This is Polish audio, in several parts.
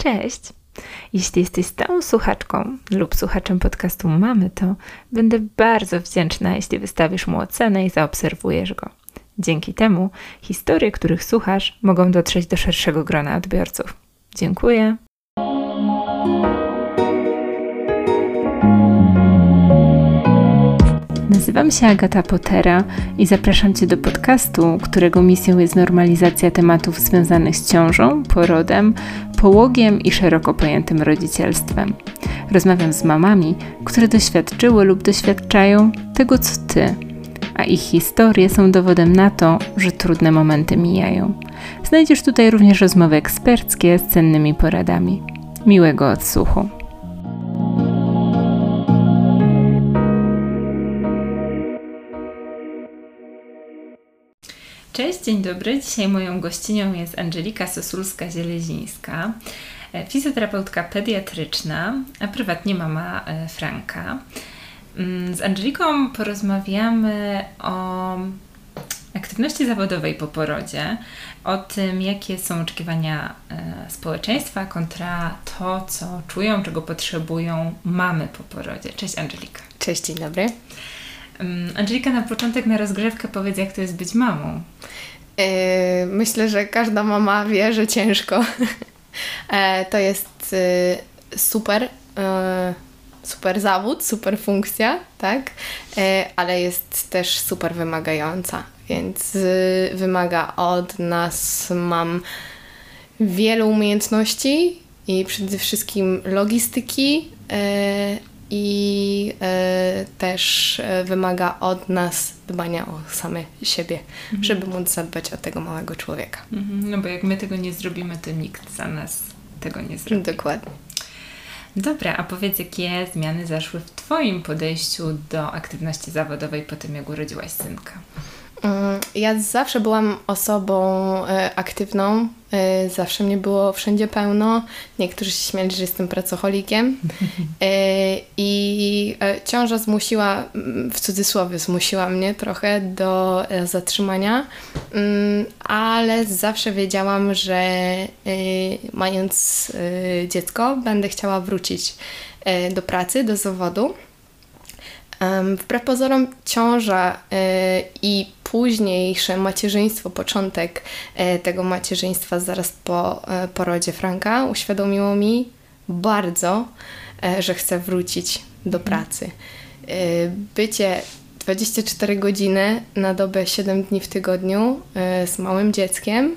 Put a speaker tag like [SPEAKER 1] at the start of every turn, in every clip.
[SPEAKER 1] Cześć! Jeśli jesteś stałą słuchaczką lub słuchaczem podcastu Mamy, to będę bardzo wdzięczna, jeśli wystawisz mu ocenę i zaobserwujesz go. Dzięki temu historie, których słuchasz, mogą dotrzeć do szerszego grona odbiorców. Dziękuję! Nazywam się Agata Potera i zapraszam Cię do podcastu, którego misją jest normalizacja tematów związanych z ciążą, porodem, połogiem i szeroko pojętym rodzicielstwem. Rozmawiam z mamami, które doświadczyły lub doświadczają tego, co Ty, a ich historie są dowodem na to, że trudne momenty mijają. Znajdziesz tutaj również rozmowy eksperckie z cennymi poradami. Miłego odsłuchu. Cześć, dzień dobry. Dzisiaj moją gościnią jest Angelika Sosulska-Zielezińska, fizjoterapeutka pediatryczna, a prywatnie mama Franka. Z Angeliką porozmawiamy o aktywności zawodowej po porodzie, o tym, jakie są oczekiwania społeczeństwa kontra to, co czują, czego potrzebują mamy po porodzie. Cześć Angelika.
[SPEAKER 2] Cześć, dzień dobry.
[SPEAKER 1] Angelika, na początek, na rozgrzewkę powiedz, jak to jest być mamą.
[SPEAKER 2] Myślę, że każda mama wie, że ciężko. To jest super zawód, super funkcja, tak? Ale jest też super wymagająca, więc wymaga od nas mam wielu umiejętności i przede wszystkim logistyki, i też wymaga od nas dbania o same siebie, żeby móc zadbać o tego małego człowieka.
[SPEAKER 1] No bo jak my tego nie zrobimy, to nikt za nas tego nie zrobi.
[SPEAKER 2] Dokładnie.
[SPEAKER 1] Dobra, a powiedz, jakie zmiany zaszły w Twoim podejściu do aktywności zawodowej po tym, jak urodziłaś synka?
[SPEAKER 2] Ja zawsze byłam osobą aktywną, zawsze mnie było wszędzie pełno. Niektórzy się śmiali, że jestem pracocholikiem i ciąża zmusiła, w cudzysłowie zmusiła mnie trochę do zatrzymania, ale zawsze wiedziałam, że mając dziecko będę chciała wrócić do pracy, do zawodu. Wbrew pozorom ciąża i późniejsze macierzyństwo, początek tego macierzyństwa zaraz po porodzie Franka uświadomiło mi bardzo, że chcę wrócić do pracy. Bycie 24 godziny na dobę 7 dni w tygodniu z małym dzieckiem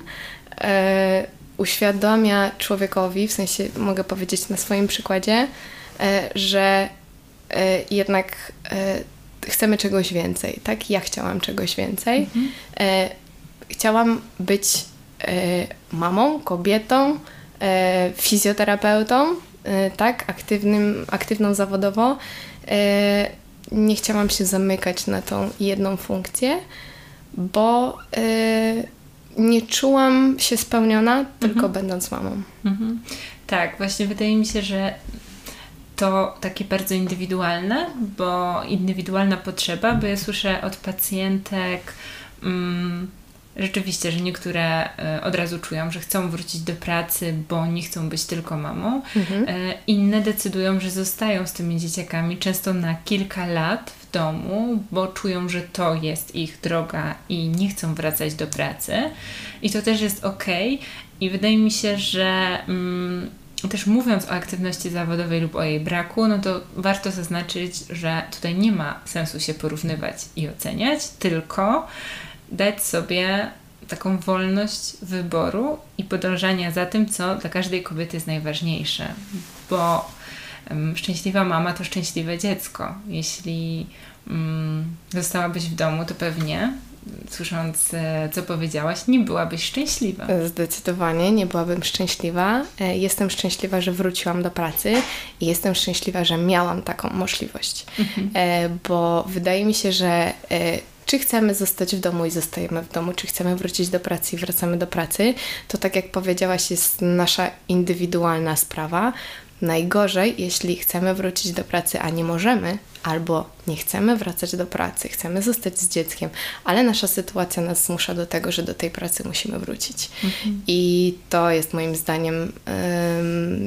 [SPEAKER 2] uświadamia człowiekowi, w sensie mogę powiedzieć na swoim przykładzie, że jednak chcemy czegoś więcej, tak? Ja chciałam czegoś więcej. Chciałam być mamą, kobietą, fizjoterapeutą, tak? Aktywną zawodowo. Nie chciałam się zamykać na tą jedną funkcję, bo nie czułam się spełniona tylko będąc mamą.
[SPEAKER 1] Tak, właśnie wydaje mi się, że to takie bardzo indywidualna potrzeba, bo ja słyszę od pacjentek rzeczywiście, że niektóre od razu czują, że chcą wrócić do pracy, bo nie chcą być tylko mamą. Inne decydują, że zostają z tymi dzieciakami często na kilka lat w domu, bo czują, że to jest ich droga i nie chcą wracać do pracy. I to też jest okej. I wydaje mi się, że też mówiąc o aktywności zawodowej lub o jej braku, no to warto zaznaczyć, że tutaj nie ma sensu się porównywać i oceniać, tylko dać sobie taką wolność wyboru i podążania za tym, co dla każdej kobiety jest najważniejsze, bo szczęśliwa mama to szczęśliwe dziecko. Jeśli zostałabyś w domu, to pewnie, słysząc, co powiedziałaś, nie byłabyś szczęśliwa.
[SPEAKER 2] Zdecydowanie nie byłabym szczęśliwa. Jestem szczęśliwa, że wróciłam do pracy i jestem szczęśliwa, że miałam taką możliwość. Bo wydaje mi się, że czy chcemy zostać w domu i zostajemy w domu, czy chcemy wrócić do pracy i wracamy do pracy, to tak jak powiedziałaś, jest nasza indywidualna sprawa. Najgorzej, jeśli chcemy wrócić do pracy, a nie możemy, albo nie chcemy wracać do pracy, chcemy zostać z dzieckiem, ale nasza sytuacja nas zmusza do tego, że do tej pracy musimy wrócić. I to jest moim zdaniem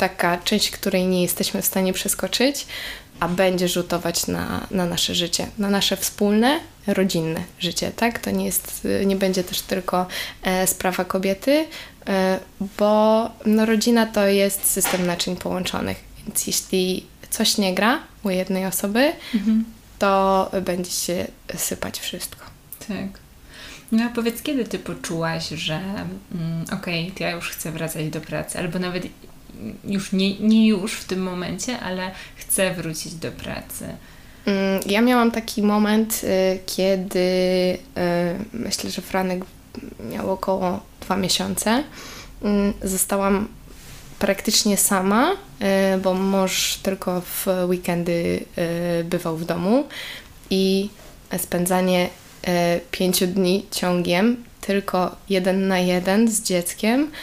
[SPEAKER 2] taka część, której nie jesteśmy w stanie przeskoczyć, a będzie rzutować na nasze życie, na nasze wspólne, rodzinne życie, tak? To nie będzie też tylko sprawa kobiety, bo rodzina to jest system naczyń połączonych, więc jeśli coś nie gra u jednej osoby, to będzie się sypać wszystko.
[SPEAKER 1] Tak. No a powiedz, kiedy Ty poczułaś, że okej, ja już chcę wracać do pracy, albo nawet już nie już w tym momencie, ale chcę wrócić do pracy?
[SPEAKER 2] Ja miałam taki moment, kiedy myślę, że Franek miał około 2 miesiące. Zostałam praktycznie sama, bo mąż tylko w weekendy bywał w domu i spędzanie 5 dni ciągiem, tylko 1 na 1 z dzieckiem,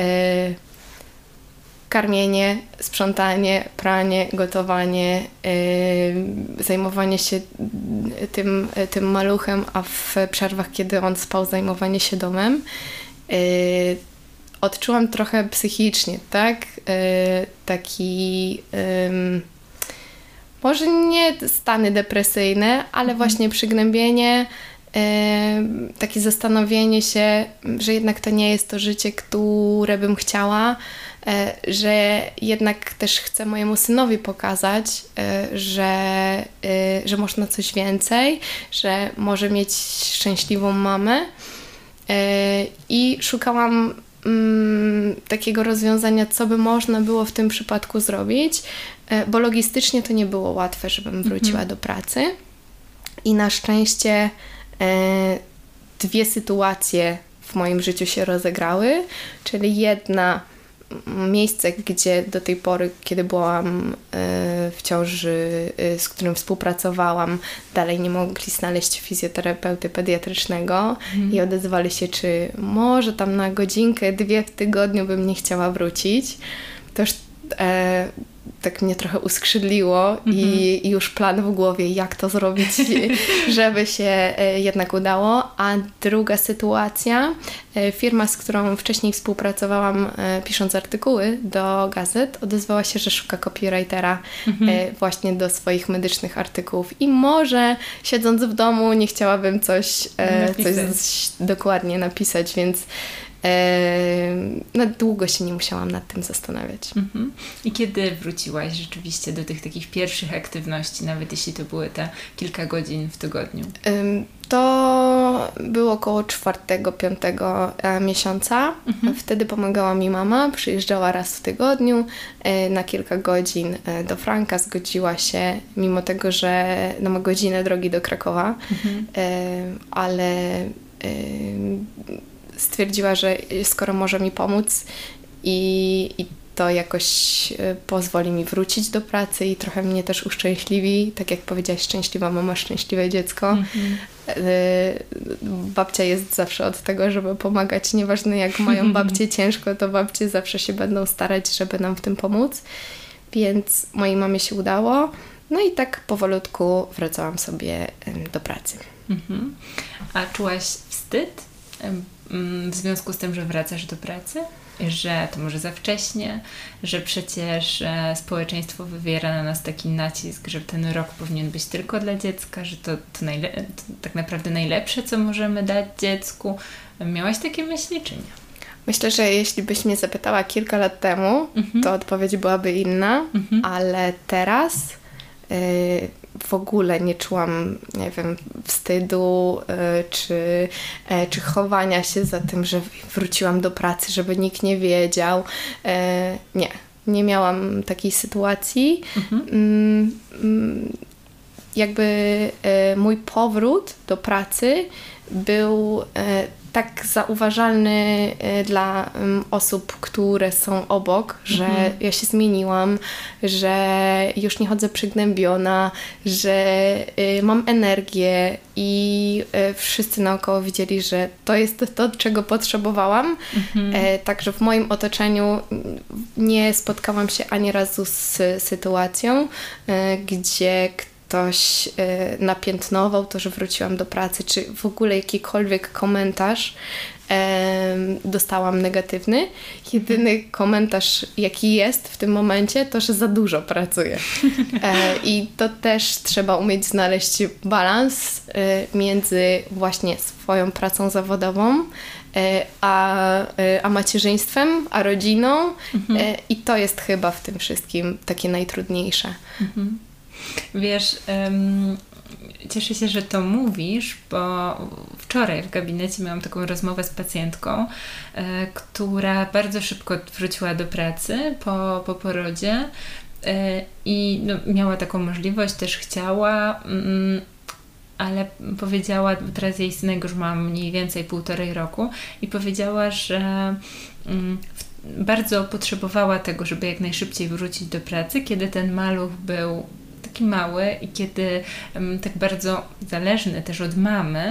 [SPEAKER 2] karmienie, sprzątanie, pranie, gotowanie, zajmowanie się tym maluchem, a w przerwach, kiedy on spał, zajmowanie się domem. Odczułam trochę psychicznie, tak? Taki może nie stany depresyjne, ale właśnie przygnębienie, takie zastanowienie się, że jednak to nie jest to życie, które bym chciała, że jednak też chcę mojemu synowi pokazać, że można coś więcej, że może mieć szczęśliwą mamę i szukałam takiego rozwiązania, co by można było w tym przypadku zrobić, bo logistycznie to nie było łatwe, żebym wróciła do pracy i na szczęście 2 sytuacje w moim życiu się rozegrały, czyli jedna, miejsce, gdzie do tej pory, kiedy byłam w ciąży, z którym współpracowałam, dalej nie mogli znaleźć fizjoterapeuty pediatrycznego i odezwali się, czy może tam na godzinkę, 2 w tygodniu bym nie chciała wrócić. To już tak mnie trochę uskrzydliło i już plan w głowie, jak to zrobić, żeby się jednak udało. A druga sytuacja, firma, z którą wcześniej współpracowałam, pisząc artykuły do gazet, odezwała się, że szuka copywritera właśnie do swoich medycznych artykułów i może siedząc w domu nie chciałabym coś dokładnie napisać, więc długo się nie musiałam nad tym zastanawiać.
[SPEAKER 1] I kiedy wróciłaś rzeczywiście do tych takich pierwszych aktywności, nawet jeśli to były te kilka godzin w tygodniu?
[SPEAKER 2] To było około 4-5 miesiąca. Wtedy pomagała mi mama, przyjeżdżała raz w tygodniu na kilka godzin do Franka, zgodziła się, mimo tego, że ma godzinę drogi do Krakowa, ale stwierdziła, że skoro może mi pomóc i to jakoś pozwoli mi wrócić do pracy i trochę mnie też uszczęśliwi, tak jak powiedziałaś, szczęśliwa mama, szczęśliwe dziecko. Babcia jest zawsze od tego, żeby pomagać, nieważne jak mają babcie ciężko, to babcie zawsze się będą starać, żeby nam w tym pomóc, więc mojej mamie się udało, no i tak powolutku wracałam sobie do pracy.
[SPEAKER 1] A czułaś wstyd w związku z tym, że wracasz do pracy? Że to może za wcześnie, że przecież społeczeństwo wywiera na nas taki nacisk, że ten rok powinien być tylko dla dziecka, że to tak naprawdę najlepsze, co możemy dać dziecku. Miałaś takie myśli, czy nie?
[SPEAKER 2] Myślę, że jeśli byś mnie zapytała kilka lat temu, to odpowiedź byłaby inna, ale teraz w ogóle nie czułam, nie wiem, wstydu czy chowania się za tym, że wróciłam do pracy, żeby nikt nie wiedział. Nie miałam takiej sytuacji. Jakby mój powrót do pracy był tak zauważalny dla osób, które są obok, że ja się zmieniłam, że już nie chodzę przygnębiona, że mam energię i wszyscy naokoło widzieli, że to jest to, czego potrzebowałam. Także w moim otoczeniu nie spotkałam się ani razu z sytuacją, gdzie ktoś napiętnował to, że wróciłam do pracy, czy w ogóle jakikolwiek komentarz dostałam negatywny. Jedyny komentarz, jaki jest w tym momencie, to, że za dużo pracuję. I to też trzeba umieć znaleźć balans między właśnie swoją pracą zawodową, a macierzyństwem, a rodziną. I to jest chyba w tym wszystkim takie najtrudniejsze.
[SPEAKER 1] Wiesz, cieszę się, że to mówisz, bo wczoraj w gabinecie miałam taką rozmowę z pacjentką, która bardzo szybko wróciła do pracy po porodzie i miała taką możliwość, też chciała, ale powiedziała, teraz jej synek już ma mniej więcej 1,5 roku i powiedziała, że bardzo potrzebowała tego, żeby jak najszybciej wrócić do pracy, kiedy ten maluch był taki mały i kiedy tak bardzo zależny też od mamy.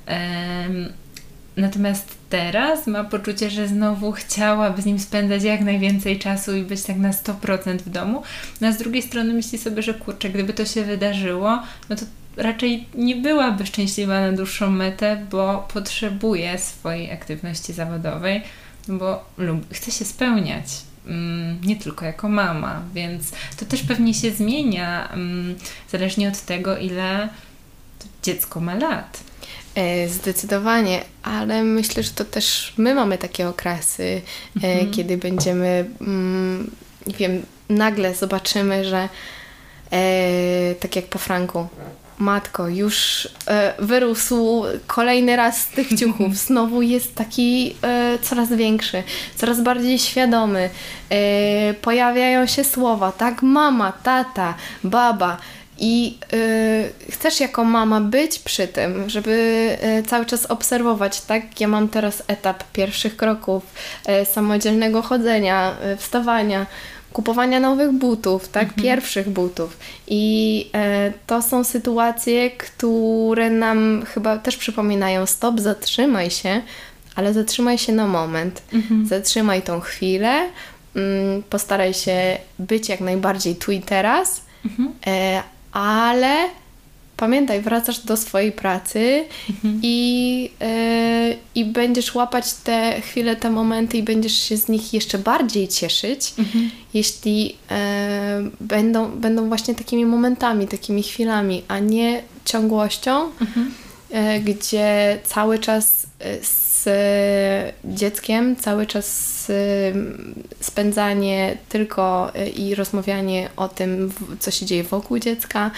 [SPEAKER 1] Natomiast teraz ma poczucie, że znowu chciałaby z nim spędzać jak najwięcej czasu i być tak na 100% w domu. No a z drugiej strony myśli sobie, że kurczę, gdyby to się wydarzyło, no to raczej nie byłaby szczęśliwa na dłuższą metę, bo potrzebuje swojej aktywności zawodowej, bo chce się spełniać. Nie tylko jako mama, więc to też pewnie się zmienia zależnie od tego, ile dziecko ma lat.
[SPEAKER 2] Zdecydowanie, ale myślę, że to też my mamy takie okresy, kiedy będziemy, nie wiem, nagle zobaczymy, że tak jak po Franku, matko, już wyrósł kolejny raz z tych ciuchów, znowu jest taki coraz większy, coraz bardziej świadomy, pojawiają się słowa, tak, mama, tata, baba i chcesz jako mama być przy tym, żeby cały czas obserwować, tak, ja mam teraz etap pierwszych kroków, samodzielnego chodzenia, wstawania, kupowania nowych butów, tak? Pierwszych butów. I to są sytuacje, które nam chyba też przypominają stop, zatrzymaj się, ale zatrzymaj się na moment. Zatrzymaj tą chwilę, postaraj się być jak najbardziej tu i teraz, ale pamiętaj, wracasz do swojej pracy i będziesz łapać te chwile, te momenty i będziesz się z nich jeszcze bardziej cieszyć, jeśli będą właśnie takimi momentami, takimi chwilami, a nie ciągłością, gdzie cały czas z dzieckiem, cały czas spędzanie tylko i rozmawianie o tym, co się dzieje wokół dziecka,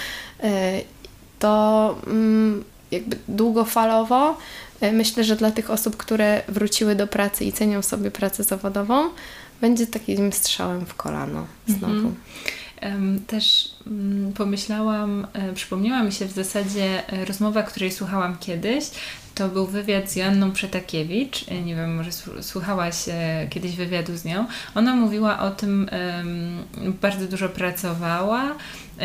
[SPEAKER 2] to jakby długofalowo myślę, że dla tych osób, które wróciły do pracy i cenią sobie pracę zawodową, będzie takim strzałem w kolano znowu.
[SPEAKER 1] Też pomyślałam, przypomniała mi się w zasadzie rozmowa, której słuchałam kiedyś. To był wywiad z Joanną Przetakiewicz. Nie wiem, może słuchałaś kiedyś wywiadu z nią. Ona mówiła o tym, bardzo dużo pracowała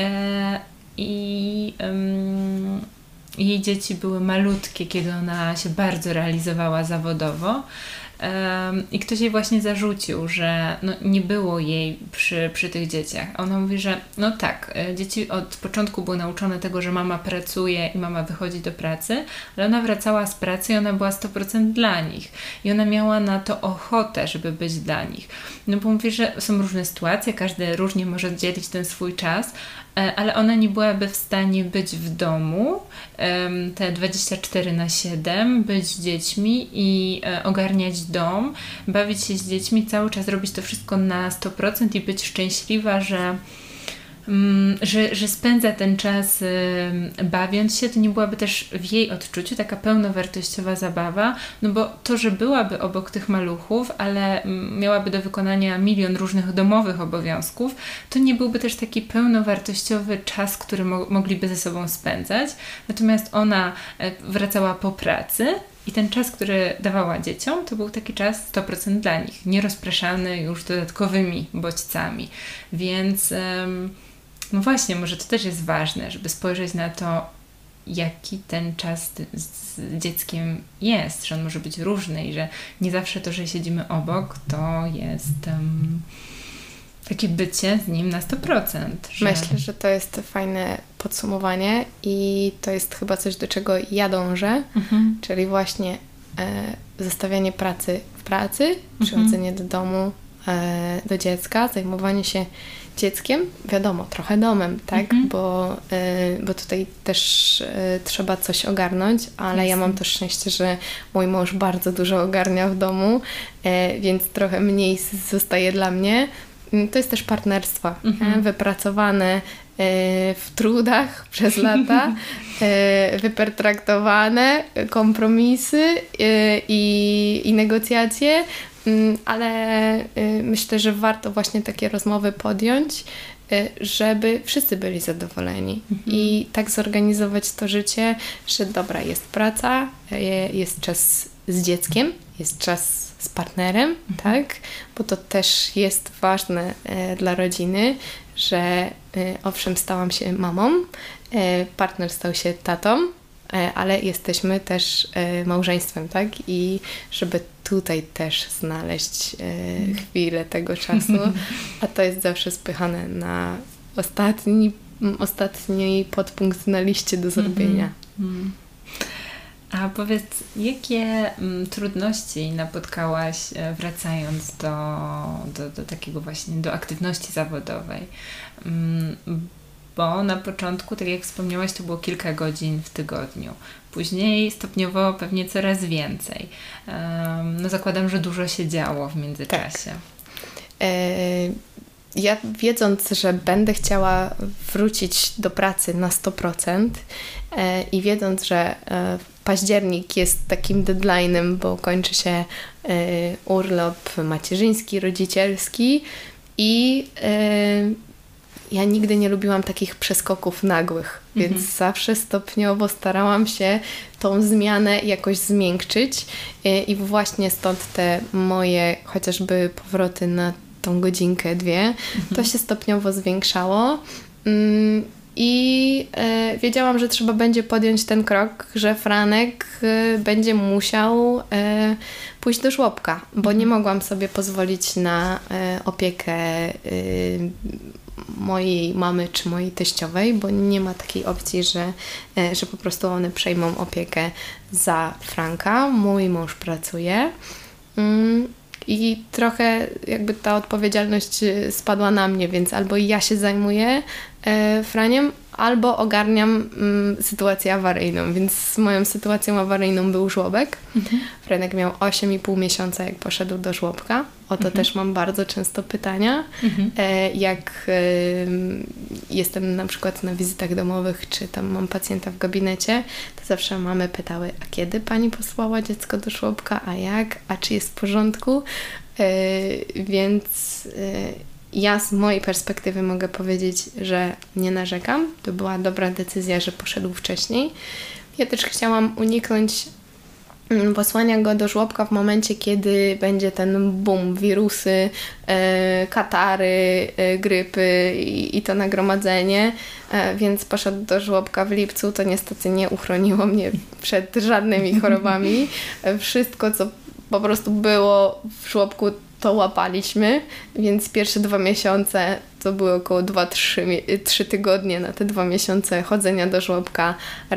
[SPEAKER 1] i jej dzieci były malutkie, kiedy ona się bardzo realizowała zawodowo. I ktoś jej właśnie zarzucił, że nie było jej przy tych dzieciach. Ona mówi, że no tak, dzieci od początku były nauczone tego, że mama pracuje i mama wychodzi do pracy, ale ona wracała z pracy i ona była 100% dla nich. I ona miała na to ochotę, żeby być dla nich. No bo mówi, że są różne sytuacje, każdy różnie może dzielić ten swój czas, ale ona nie byłaby w stanie być w domu te 24/7, być z dziećmi i ogarniać dom, bawić się z dziećmi, cały czas robić to wszystko na 100% i być szczęśliwa, że spędza ten czas bawiąc się, to nie byłaby też w jej odczuciu taka pełnowartościowa zabawa, no bo to, że byłaby obok tych maluchów, ale miałaby do wykonania milion różnych domowych obowiązków, to nie byłby też taki pełnowartościowy czas, który mogliby ze sobą spędzać. Natomiast ona wracała po pracy i ten czas, który dawała dzieciom, to był taki czas 100% dla nich, nierozpraszany już dodatkowymi bodźcami. Więc no właśnie, może to też jest ważne, żeby spojrzeć na to, jaki ten czas z dzieckiem jest, że on może być różny i że nie zawsze to, że siedzimy obok, to jest takie bycie z nim na 100%.
[SPEAKER 2] Myślę, że to jest fajne podsumowanie i to jest chyba coś, do czego ja dążę, czyli właśnie zostawianie pracy w pracy, przychodzenie do domu, do dziecka, zajmowanie się dzieckiem, wiadomo, trochę domem, tak? Bo tutaj też trzeba coś ogarnąć, ale ja mam to szczęście, że mój mąż bardzo dużo ogarnia w domu, więc trochę mniej zostaje dla mnie. To jest też partnerstwo, wypracowane w trudach przez lata, wypertraktowane, kompromisy i negocjacje, ale myślę, że warto właśnie takie rozmowy podjąć, żeby wszyscy byli zadowoleni i tak zorganizować to życie, że dobra, jest praca, jest czas z dzieckiem, jest czas z partnerem, tak? Bo to też jest ważne dla rodziny, że owszem, stałam się mamą, partner stał się tatą, ale jesteśmy też małżeństwem, tak? I żeby tutaj też znaleźć chwilę tego czasu, a to jest zawsze spychane na ostatni podpunkt na liście do zrobienia.
[SPEAKER 1] A powiedz, jakie trudności napotkałaś wracając do takiego właśnie, do aktywności zawodowej? Bo na początku, tak jak wspomniałaś, to było kilka godzin w tygodniu. Później stopniowo pewnie coraz więcej. No zakładam, że dużo się działo w międzyczasie.
[SPEAKER 2] Tak. Ja wiedząc, że będę chciała wrócić do pracy na 100% i wiedząc, że październik jest takim deadline'em, bo kończy się urlop macierzyński, rodzicielski i ja nigdy nie lubiłam takich przeskoków nagłych, więc zawsze stopniowo starałam się tą zmianę jakoś zmiękczyć i właśnie stąd te moje chociażby powroty na tą godzinkę, dwie, to się stopniowo zwiększało i wiedziałam, że trzeba będzie podjąć ten krok, że Franek będzie musiał pójść do żłobka, bo nie mogłam sobie pozwolić na opiekę mojej mamy czy mojej teściowej, bo nie ma takiej opcji, że po prostu one przejmą opiekę za Franka. Mój mąż pracuje i trochę jakby ta odpowiedzialność spadła na mnie, więc albo ja się zajmuję Franiem, albo ogarniam sytuację awaryjną, więc moją sytuacją awaryjną był żłobek. Franek miał 8,5 miesiąca, jak poszedł do żłobka. O to też mam bardzo często pytania. Jak jestem na przykład na wizytach domowych, czy tam mam pacjenta w gabinecie, to zawsze mamy pytały, a kiedy pani posłała dziecko do żłobka, a jak, a czy jest w porządku? Więc ja z mojej perspektywy mogę powiedzieć, że nie narzekam. To była dobra decyzja, że poszedł wcześniej. Ja też chciałam uniknąć posłania go do żłobka w momencie, kiedy będzie ten boom, wirusy, katary, grypy i to nagromadzenie, więc poszedł do żłobka w lipcu. To niestety nie uchroniło mnie przed żadnymi chorobami. Wszystko, co po prostu było w żłobku, to łapaliśmy, więc pierwsze 2 miesiące to były około 2-3 tygodnie na te 2 miesiące chodzenia do żłobka,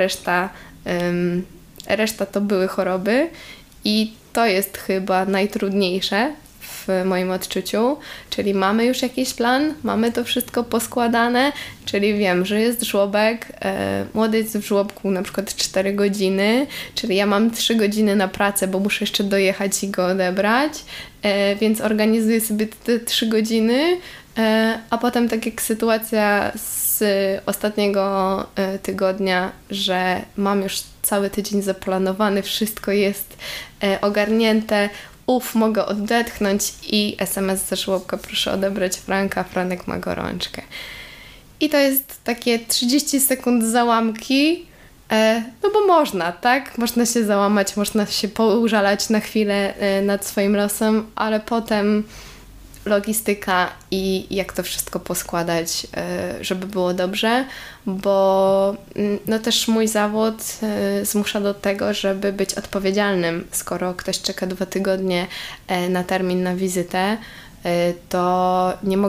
[SPEAKER 2] reszta to były choroby i to jest chyba najtrudniejsze w moim odczuciu, czyli mamy już jakiś plan, mamy to wszystko poskładane, czyli wiem, że jest żłobek, młody jest w żłobku na przykład 4 godziny, czyli ja mam 3 godziny na pracę, bo muszę jeszcze dojechać i go odebrać, więc organizuję sobie te 3 godziny, a potem tak jak sytuacja z ostatniego tygodnia, że mam już cały tydzień zaplanowany, wszystko jest ogarnięte, mogę odetchnąć i SMS ze żłobka, proszę odebrać Franka, Franek ma gorączkę. I to jest takie 30 sekund załamki, no bo można, tak? Można się załamać, można się poużalać na chwilę nad swoim losem, ale potem logistyka i jak to wszystko poskładać, żeby było dobrze, bo no też mój zawód zmusza do tego, żeby być odpowiedzialnym. Skoro ktoś czeka 2 tygodnie na termin, na wizytę, to nie mogę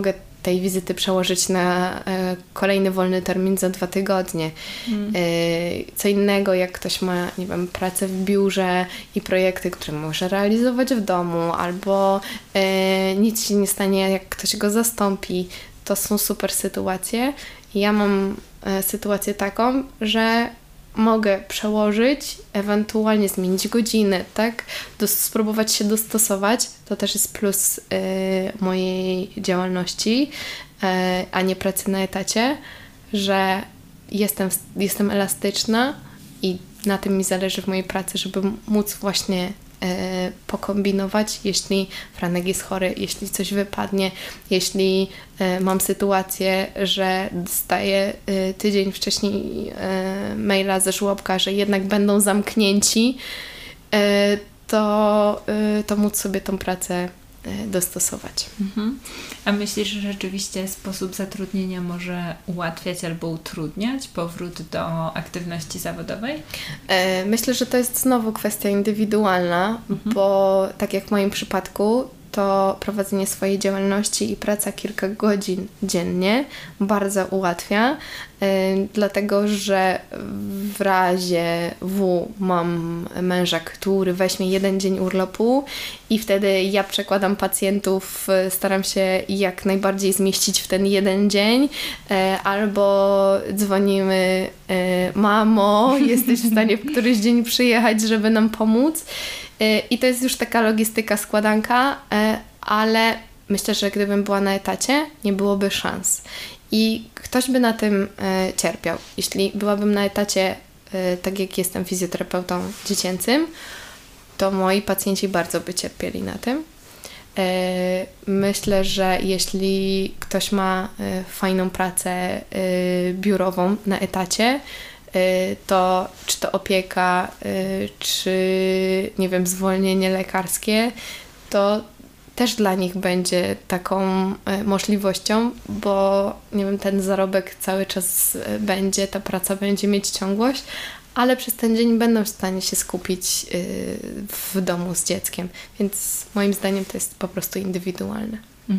[SPEAKER 2] tej wizyty przełożyć na kolejny wolny termin za 2 tygodnie. Co innego, jak ktoś ma, nie wiem, pracę w biurze i projekty, które może realizować w domu, albo nic się nie stanie, jak ktoś go zastąpi. To są super sytuacje. Ja mam sytuację taką, że mogę przełożyć, ewentualnie zmienić godzinę, tak? Spróbować się dostosować. To też jest plus mojej działalności, a nie pracy na etacie, że jestem elastyczna i na tym mi zależy w mojej pracy, żeby móc właśnie pokombinować, jeśli Franek jest chory, jeśli coś wypadnie, jeśli mam sytuację, że dostaję tydzień wcześniej maila ze żłobka, że jednak będą zamknięci, to móc sobie tą pracę dostosować.
[SPEAKER 1] A myślisz, że rzeczywiście sposób zatrudnienia może ułatwiać albo utrudniać powrót do aktywności zawodowej?
[SPEAKER 2] Myślę, że to jest znowu kwestia indywidualna, bo tak jak w moim przypadku, to prowadzenie swojej działalności i praca kilka godzin dziennie bardzo ułatwia, dlatego że w razie mam męża, który weźmie 1 dzień urlopu i wtedy ja przekładam pacjentów, staram się jak najbardziej zmieścić w ten 1 dzień, albo dzwonimy: mamo, jesteś w stanie w któryś dzień przyjechać, żeby nam pomóc? I to jest już taka logistyka, składanka, ale myślę, że gdybym była na etacie, nie byłoby szans. I ktoś by na tym cierpiał. Jeśli byłabym na etacie, tak jak jestem fizjoterapeutą dziecięcym, to moi pacjenci bardzo by cierpieli na tym. Myślę, że jeśli ktoś ma fajną pracę biurową na etacie, to czy to opieka, czy nie wiem, zwolnienie lekarskie, to też dla nich będzie taką możliwością, bo nie wiem, ten zarobek cały czas będzie, ta praca będzie mieć ciągłość, ale przez ten dzień będą w stanie się skupić w domu z dzieckiem, więc moim zdaniem to jest po prostu indywidualne.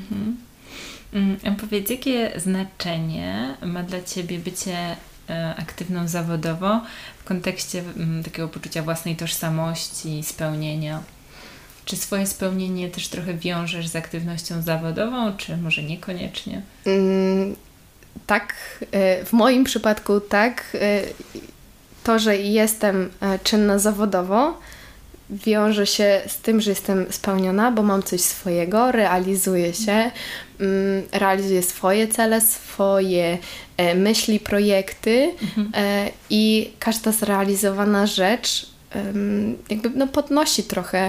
[SPEAKER 1] A powiedz, jakie znaczenie ma dla Ciebie bycie aktywną zawodowo w kontekście takiego poczucia własnej tożsamości, spełnienia? Czy swoje spełnienie też trochę wiążesz z aktywnością zawodową, czy może niekoniecznie?
[SPEAKER 2] Tak, w moim przypadku tak. To, że jestem czynna zawodowo, wiąże się z tym, że jestem spełniona, bo mam coś swojego, realizuję się, realizuję swoje cele, swoje myśli, projekty i każda zrealizowana rzecz jakby podnosi trochę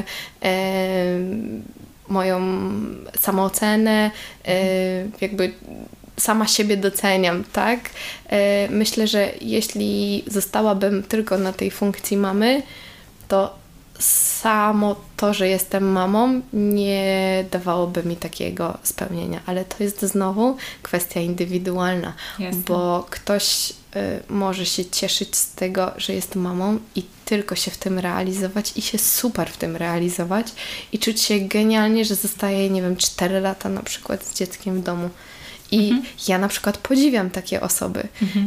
[SPEAKER 2] moją samoocenę, jakby sama siebie doceniam, tak? Myślę, że jeśli zostałabym tylko na tej funkcji mamy, to samo to, że jestem mamą, nie dawałoby mi takiego spełnienia, ale to jest znowu kwestia indywidualna. Jasne. Bo ktoś może się cieszyć z tego, że jest mamą i tylko się w tym realizować i się super w tym realizować i czuć się genialnie, że zostaje, nie wiem, 4 lata na przykład z dzieckiem w domu. I ja na przykład podziwiam takie osoby.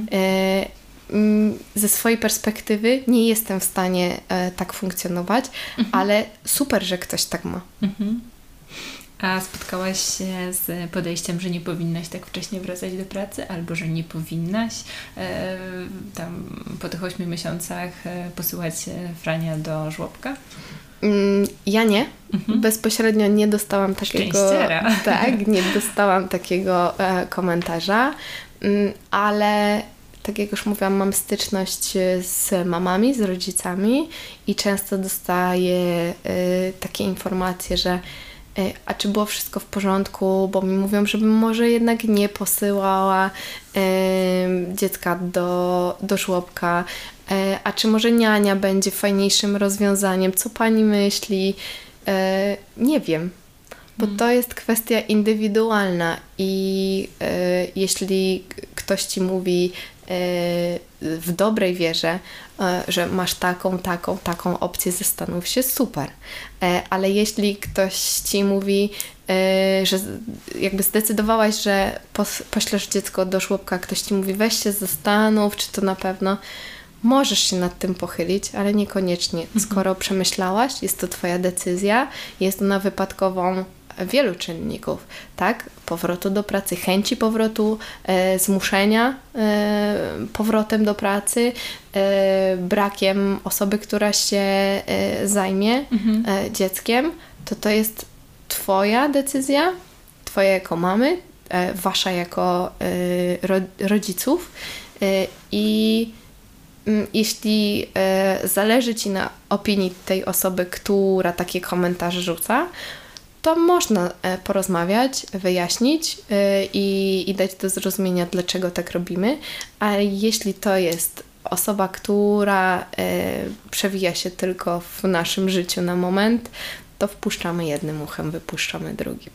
[SPEAKER 2] Ze swojej perspektywy nie jestem w stanie tak funkcjonować, ale super, że ktoś tak ma.
[SPEAKER 1] A spotkałaś się z podejściem, że nie powinnaś tak wcześnie wracać do pracy, albo że nie powinnaś tam po tych 8 miesiącach posyłać Frania do żłobka?
[SPEAKER 2] Ja nie. Bezpośrednio nie dostałam takiego... Tak, nie dostałam takiego komentarza, ale tak jak już mówiłam, mam styczność z mamami, z rodzicami i często dostaję takie informacje, że a czy było wszystko w porządku, bo mi mówią, żebym może jednak nie posyłała dziecka do żłobka, a czy może niania będzie fajniejszym rozwiązaniem, co pani myśli? Nie wiem, bo to jest kwestia indywidualna i jeśli ktoś ci mówi w dobrej wierze, że masz taką opcję, zastanów się, super. Ale jeśli ktoś ci mówi, że jakby zdecydowałaś, że poślesz dziecko do żłobka, ktoś ci mówi weź się zastanów, czy to na pewno, możesz się nad tym pochylić, ale niekoniecznie. Skoro przemyślałaś, jest to twoja decyzja, jest ona wypadkową wielu czynników, tak? Powrotu do pracy, chęci powrotu, zmuszenia powrotem do pracy, brakiem osoby, która się zajmie dzieckiem, to jest twoja decyzja, twoja jako mamy, wasza jako rodziców i jeśli zależy ci na opinii tej osoby, która takie komentarze rzuca, to można porozmawiać, wyjaśnić i dać do zrozumienia, dlaczego tak robimy, a jeśli to jest osoba, która przewija się tylko w naszym życiu na moment, to wpuszczamy jednym uchem, wypuszczamy drugim.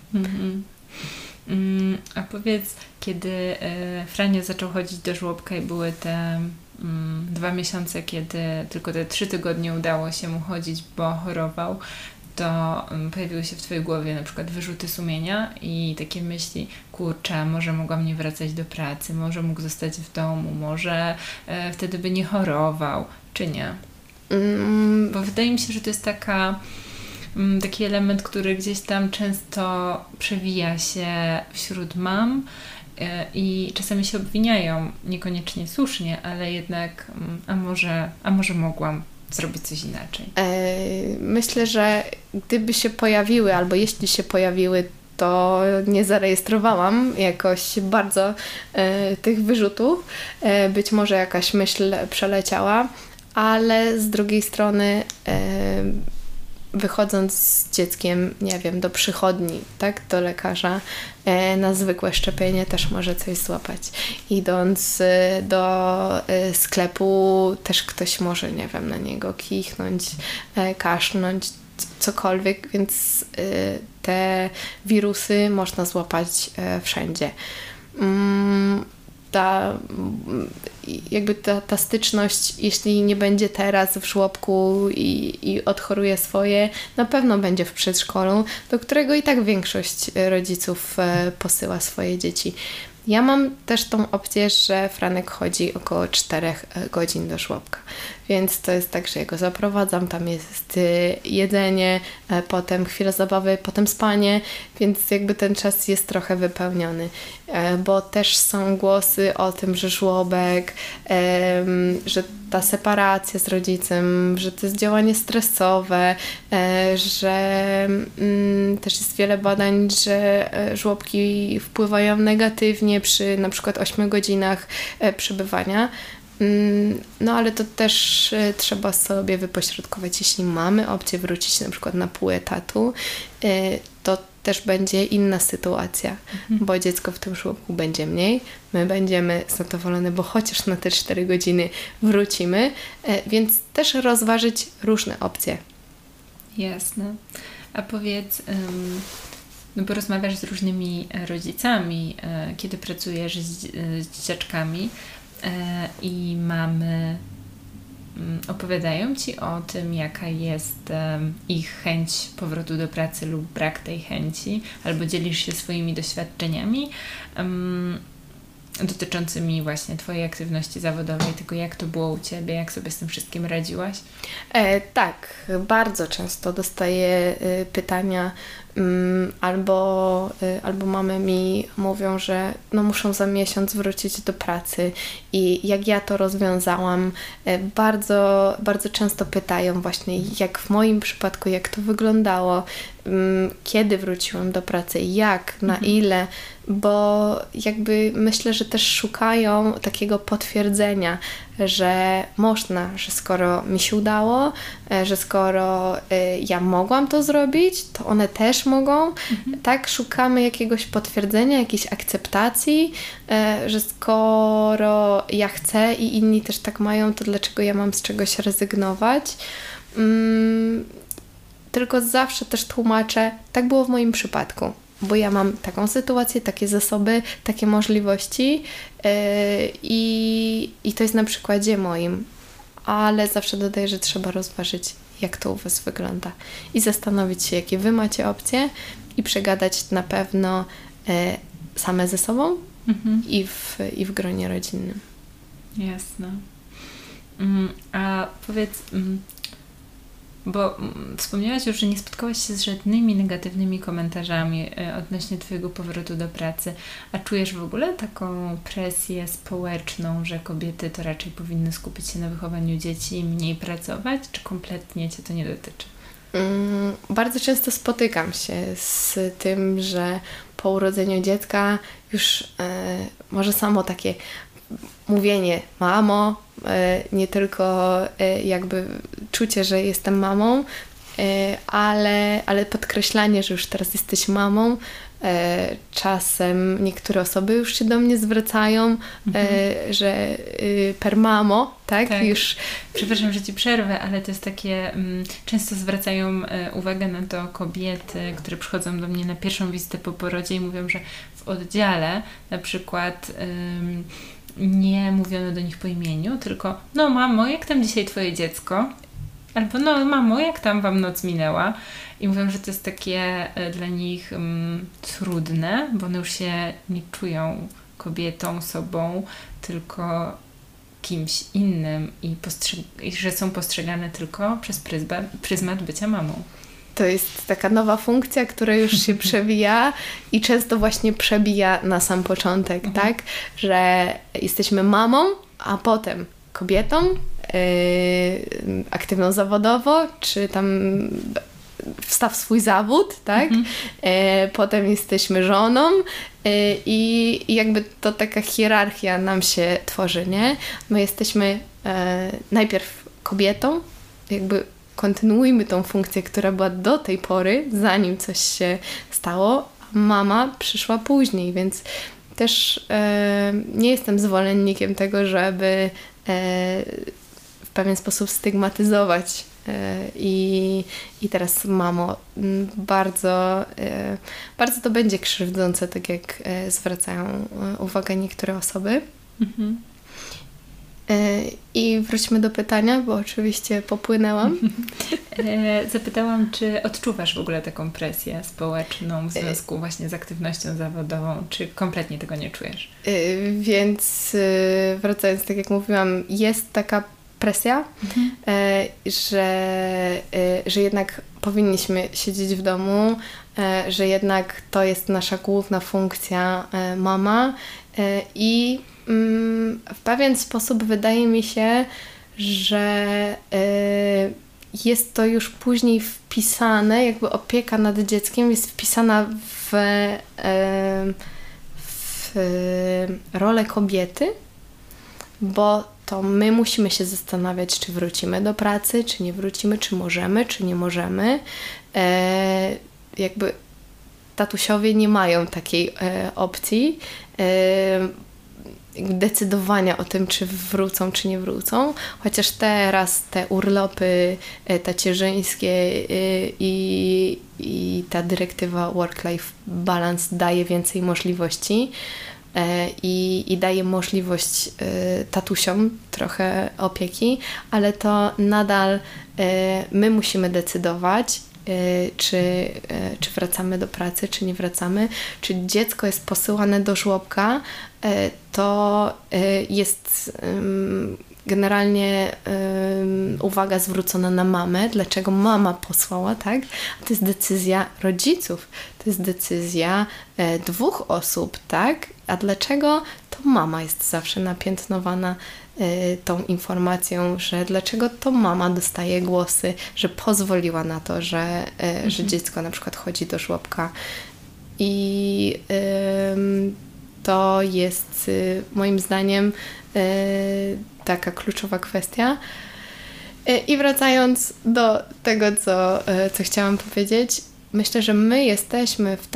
[SPEAKER 1] A powiedz, kiedy Frania zaczął chodzić do żłobka i były te 2 miesiące, kiedy tylko te 3 tygodnie udało się mu chodzić, bo chorował, to pojawiły się w twojej głowie na przykład wyrzuty sumienia i takie myśli, kurczę, może mogłam nie wracać do pracy, może mógł zostać w domu, może wtedy by nie chorował, czy nie? Bo wydaje mi się, że to jest taki element, który gdzieś tam często przewija się wśród mam i czasami się obwiniają, niekoniecznie słusznie, ale jednak a może mogłam zrobić coś inaczej.
[SPEAKER 2] Myślę, że gdyby się pojawiły, albo jeśli się pojawiły, to nie zarejestrowałam jakoś bardzo tych wyrzutów. Być może jakaś myśl przeleciała, ale z drugiej strony wychodząc z dzieckiem, nie wiem, do przychodni, tak, do lekarza, na zwykłe szczepienie też może coś złapać. Idąc do sklepu też ktoś może, nie wiem, na niego kichnąć, kaszlnąć, cokolwiek, więc te wirusy można złapać wszędzie. Ta styczność, jeśli nie będzie teraz w żłobku i odchoruje swoje, na pewno będzie w przedszkolu, do którego i tak większość rodziców posyła swoje dzieci. Ja mam też tą opcję, że Franek chodzi około 4 godzin do żłobka, więc to jest tak, że ja go zaprowadzam, tam jest jedzenie, potem chwila zabawy, potem spanie, więc jakby ten czas jest trochę wypełniony, bo też są głosy o tym, że żłobek, że ta separacja z rodzicem, że to jest działanie stresowe, że też jest wiele badań, że żłobki wpływają negatywnie przy na przykład 8 godzinach przebywania. No ale to też trzeba sobie wypośrodkować. Jeśli mamy opcję wrócić na przykład na pół etatu, to też będzie inna sytuacja, bo dziecko w tym żłobku będzie mniej, my będziemy zadowolone, bo chociaż na te 4 godziny wrócimy, więc też rozważyć różne opcje.
[SPEAKER 1] Jasne. A powiedz, no bo rozmawiasz z różnymi rodzicami, kiedy pracujesz z dzieciaczkami i mamy opowiadają Ci o tym, jaka jest ich chęć powrotu do pracy lub brak tej chęci, albo dzielisz się swoimi doświadczeniami dotyczącymi właśnie Twojej aktywności zawodowej, tego jak to było u Ciebie, jak sobie z tym wszystkim radziłaś?
[SPEAKER 2] Tak, bardzo często dostaję pytania, albo mamy mi mówią, że no muszą za miesiąc wrócić do pracy i jak ja to rozwiązałam. Bardzo, bardzo często pytają właśnie, jak w moim przypadku, jak to wyglądało, kiedy wróciłam do pracy, jak, na ile, bo jakby myślę, że też szukają takiego potwierdzenia, że można, że skoro mi się udało, że skoro ja mogłam to zrobić, to one też mogą. Tak, szukamy jakiegoś potwierdzenia, jakiejś akceptacji, że skoro ja chcę i inni też tak mają, to dlaczego ja mam z czegoś rezygnować? Tylko zawsze też tłumaczę, tak było w moim przypadku, bo ja mam taką sytuację, takie zasoby, takie możliwości i to jest na przykładzie moim, ale zawsze dodaję, że trzeba rozważyć, jak to u Was wygląda i zastanowić się, jakie Wy macie opcje i przegadać na pewno same ze sobą i w gronie rodzinnym.
[SPEAKER 1] Jasne. A powiedz, bo wspomniałaś już, że nie spotkałaś się z żadnymi negatywnymi komentarzami odnośnie Twojego powrotu do pracy, a czujesz w ogóle taką presję społeczną, że kobiety to raczej powinny skupić się na wychowaniu dzieci i mniej pracować, czy kompletnie Cię to nie dotyczy?
[SPEAKER 2] Bardzo często spotykam się z tym, że po urodzeniu dziecka już może samo takie mówienie mamo, nie tylko jakby czucie, że jestem mamą, ale podkreślanie, że już teraz jesteś mamą. Czasem niektóre osoby już się do mnie zwracają, że per mamo, tak? Już...
[SPEAKER 1] Przepraszam, że Ci przerwę, ale to jest takie, często zwracają uwagę na to kobiety, które przychodzą do mnie na pierwszą wizytę po porodzie i mówią, że w oddziale na przykład nie mówiono do nich po imieniu, tylko no mamo, jak tam dzisiaj Twoje dziecko? Albo no mamo, jak tam Wam noc minęła? I mówią, że to jest takie dla nich trudne, bo one już się nie czują kobietą, sobą, tylko kimś innym i że są postrzegane tylko przez pryzmat bycia mamą.
[SPEAKER 2] To jest taka nowa funkcja, która już się przewija i często właśnie przebija na sam początek, tak? Że jesteśmy mamą, a potem kobietą, aktywną zawodowo, czy tam wstaw swój zawód, tak? Potem jesteśmy żoną i jakby to taka hierarchia nam się tworzy, nie? My jesteśmy najpierw kobietą, jakby kontynuujmy tą funkcję, która była do tej pory, zanim coś się stało, a mama przyszła później, więc też nie jestem zwolennikiem tego, żeby w pewien sposób stygmatyzować i teraz mamo, bardzo to będzie krzywdzące, tak jak zwracają uwagę niektóre osoby. I wróćmy do pytania, bo oczywiście popłynęłam.
[SPEAKER 1] Zapytałam, czy odczuwasz w ogóle taką presję społeczną w związku właśnie z aktywnością zawodową, czy kompletnie tego nie czujesz?
[SPEAKER 2] Więc wracając, tak jak mówiłam, jest taka presja, że jednak powinniśmy siedzieć w domu, że jednak to jest nasza główna funkcja mama i w pewien sposób wydaje mi się, że jest to już później wpisane, jakby opieka nad dzieckiem jest wpisana w rolę kobiety, bo to my musimy się zastanawiać, czy wrócimy do pracy, czy nie wrócimy, czy możemy, czy nie możemy. Jakby tatusiowie nie mają takiej opcji decydowania o tym, czy wrócą, czy nie wrócą. Chociaż teraz te urlopy tacierzyńskie i ta dyrektywa Work-Life Balance daje więcej możliwości i daje możliwość tatusiom trochę opieki, ale to nadal my musimy decydować, czy wracamy do pracy, czy nie wracamy, czy dziecko jest posyłane do żłobka, to jest generalnie uwaga zwrócona na mamę, dlaczego mama posłała, tak? A to jest decyzja rodziców, to jest decyzja dwóch osób, tak? A dlaczego to mama jest zawsze napiętnowana tą informacją, że dlaczego to mama dostaje głosy, że pozwoliła na to, że dziecko na przykład chodzi do żłobka. I to jest moim zdaniem taka kluczowa kwestia. I wracając do tego, co chciałam powiedzieć, myślę, że my jesteśmy w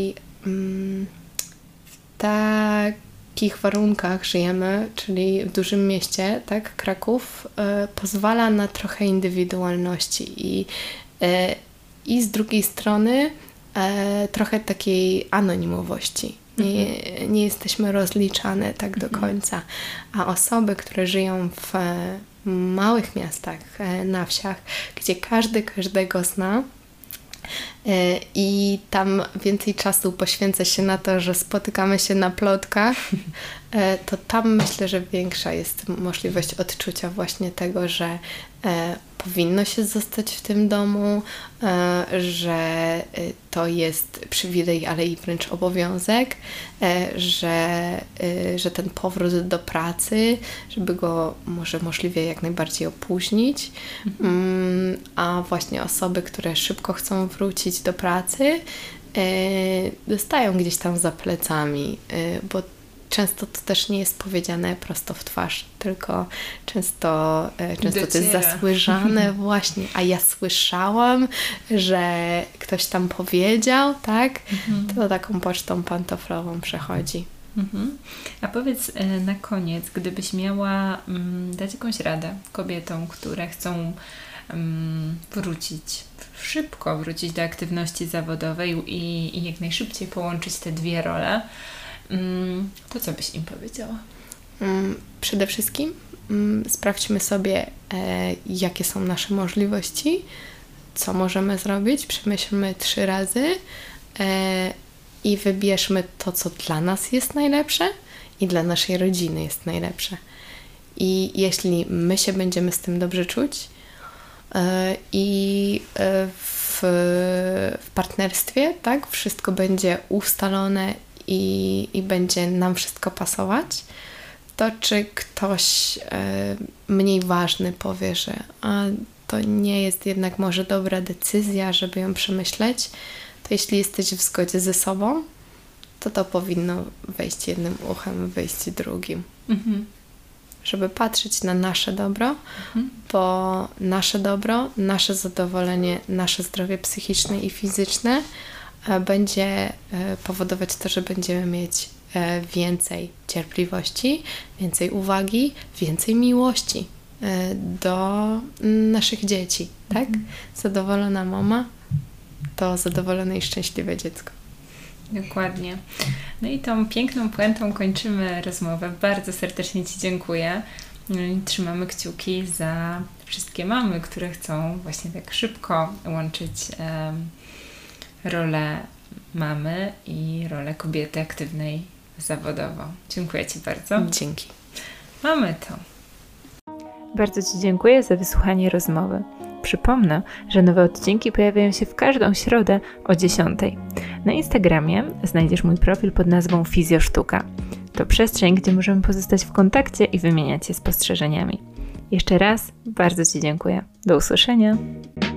[SPEAKER 2] takich warunkach żyjemy, czyli w dużym mieście, tak? Kraków pozwala na trochę indywidualności i z drugiej strony trochę takiej anonimowości. Nie jesteśmy rozliczane tak do końca, a osoby, które żyją w małych miastach, na wsiach, gdzie każdy każdego zna, i tam więcej czasu poświęca się na to, że spotykamy się na plotkach, to tam myślę, że większa jest możliwość odczucia właśnie tego, że powinno się zostać w tym domu, że to jest przywilej, ale i wręcz obowiązek, że ten powrót do pracy, żeby go może możliwie jak najbardziej opóźnić, a właśnie osoby, które szybko chcą wrócić do pracy, dostają gdzieś tam za plecami, bo często to też nie jest powiedziane prosto w twarz, tylko często to jest zasłyszane właśnie, a ja słyszałam, że ktoś tam powiedział, tak? To taką pocztą pantoflową przechodzi.
[SPEAKER 1] A powiedz na koniec, gdybyś miała dać jakąś radę kobietom, które chcą szybko wrócić do aktywności zawodowej i jak najszybciej połączyć te dwie role, to co byś im powiedziała?
[SPEAKER 2] Przede wszystkim sprawdźmy sobie, jakie są nasze możliwości, co możemy zrobić, przemyślmy 3 razy i wybierzmy to, co dla nas jest najlepsze i dla naszej rodziny jest najlepsze. I jeśli my się będziemy z tym dobrze czuć i w partnerstwie, tak, wszystko będzie ustalone i będzie nam wszystko pasować, to czy ktoś mniej ważny powie, że to nie jest jednak może dobra decyzja, żeby ją przemyśleć, to jeśli jesteś w zgodzie ze sobą, to powinno wejść jednym uchem, wyjść drugim. Żeby patrzeć na nasze dobro, bo nasze dobro, nasze zadowolenie, nasze zdrowie psychiczne i fizyczne będzie powodować to, że będziemy mieć więcej cierpliwości, więcej uwagi, więcej miłości do naszych dzieci, tak? Zadowolona mama to zadowolone i szczęśliwe dziecko.
[SPEAKER 1] Dokładnie. No i tą piękną puentą kończymy rozmowę. Bardzo serdecznie Ci dziękuję. Trzymamy kciuki za wszystkie mamy, które chcą właśnie tak szybko łączyć rolę mamy i rolę kobiety aktywnej zawodowo. Dziękuję Ci bardzo.
[SPEAKER 2] Dzięki.
[SPEAKER 1] Mamy to. Bardzo Ci dziękuję za wysłuchanie rozmowy. Przypomnę, że nowe odcinki pojawiają się w każdą środę o 10:00. Na Instagramie znajdziesz mój profil pod nazwą Fizjosztuka. To przestrzeń, gdzie możemy pozostać w kontakcie i wymieniać się spostrzeżeniami. Jeszcze raz bardzo Ci dziękuję. Do usłyszenia.